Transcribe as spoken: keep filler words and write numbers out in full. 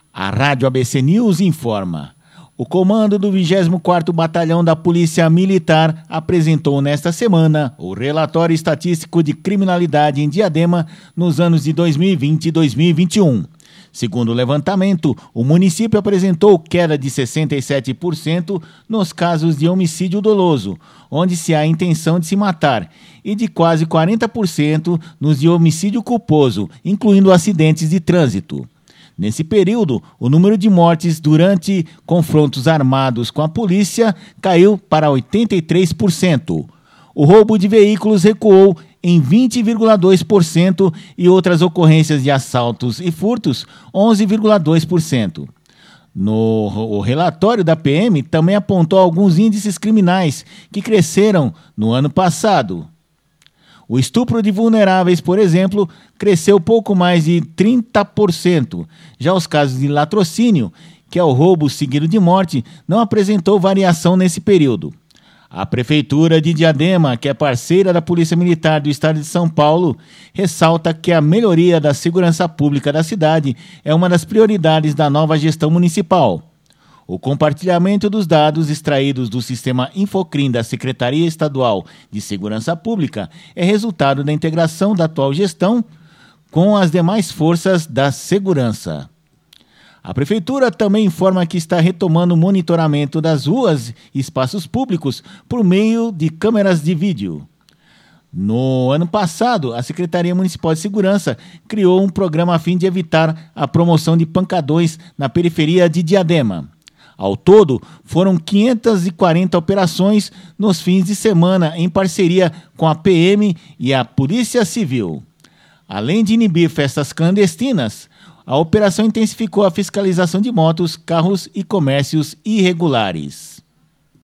A Rádio A B C News informa. O comando do vigésimo quarto Batalhão da Polícia Militar apresentou nesta semana o relatório estatístico de criminalidade em Diadema nos anos de dois mil e vinte e dois mil e vinte e um. Segundo o levantamento, o município apresentou queda de sessenta e sete por cento nos casos de homicídio doloso, onde se há intenção de se matar, e de quase quarenta por cento nos de homicídio culposo, incluindo acidentes de trânsito. Nesse período, o número de mortes durante confrontos armados com a polícia caiu para oitenta e três por cento. O roubo de veículos recuou em vinte vírgula dois por cento e outras ocorrências de assaltos e furtos, onze vírgula dois por cento. No o relatório da P M também apontou alguns índices criminais que cresceram no ano passado. O estupro de vulneráveis, por exemplo, cresceu pouco mais de trinta por cento. Já os casos de latrocínio, que é o roubo seguido de morte, não apresentou variação nesse período. A Prefeitura de Diadema, que é parceira da Polícia Militar do Estado de São Paulo, ressalta que a melhoria da segurança pública da cidade é uma das prioridades da nova gestão municipal. O compartilhamento dos dados extraídos do sistema Infocrim da Secretaria Estadual de Segurança Pública é resultado da integração da atual gestão com as demais forças da segurança. A Prefeitura também informa que está retomando o monitoramento das ruas e espaços públicos por meio de câmeras de vídeo. No ano passado, a Secretaria Municipal de Segurança criou um programa a fim de evitar a promoção de pancadões na periferia de Diadema. Ao todo, foram quinhentas e quarenta operações nos fins de semana em parceria com a P M e a Polícia Civil. Além de inibir festas clandestinas, a operação intensificou a fiscalização de motos, carros e comércios irregulares.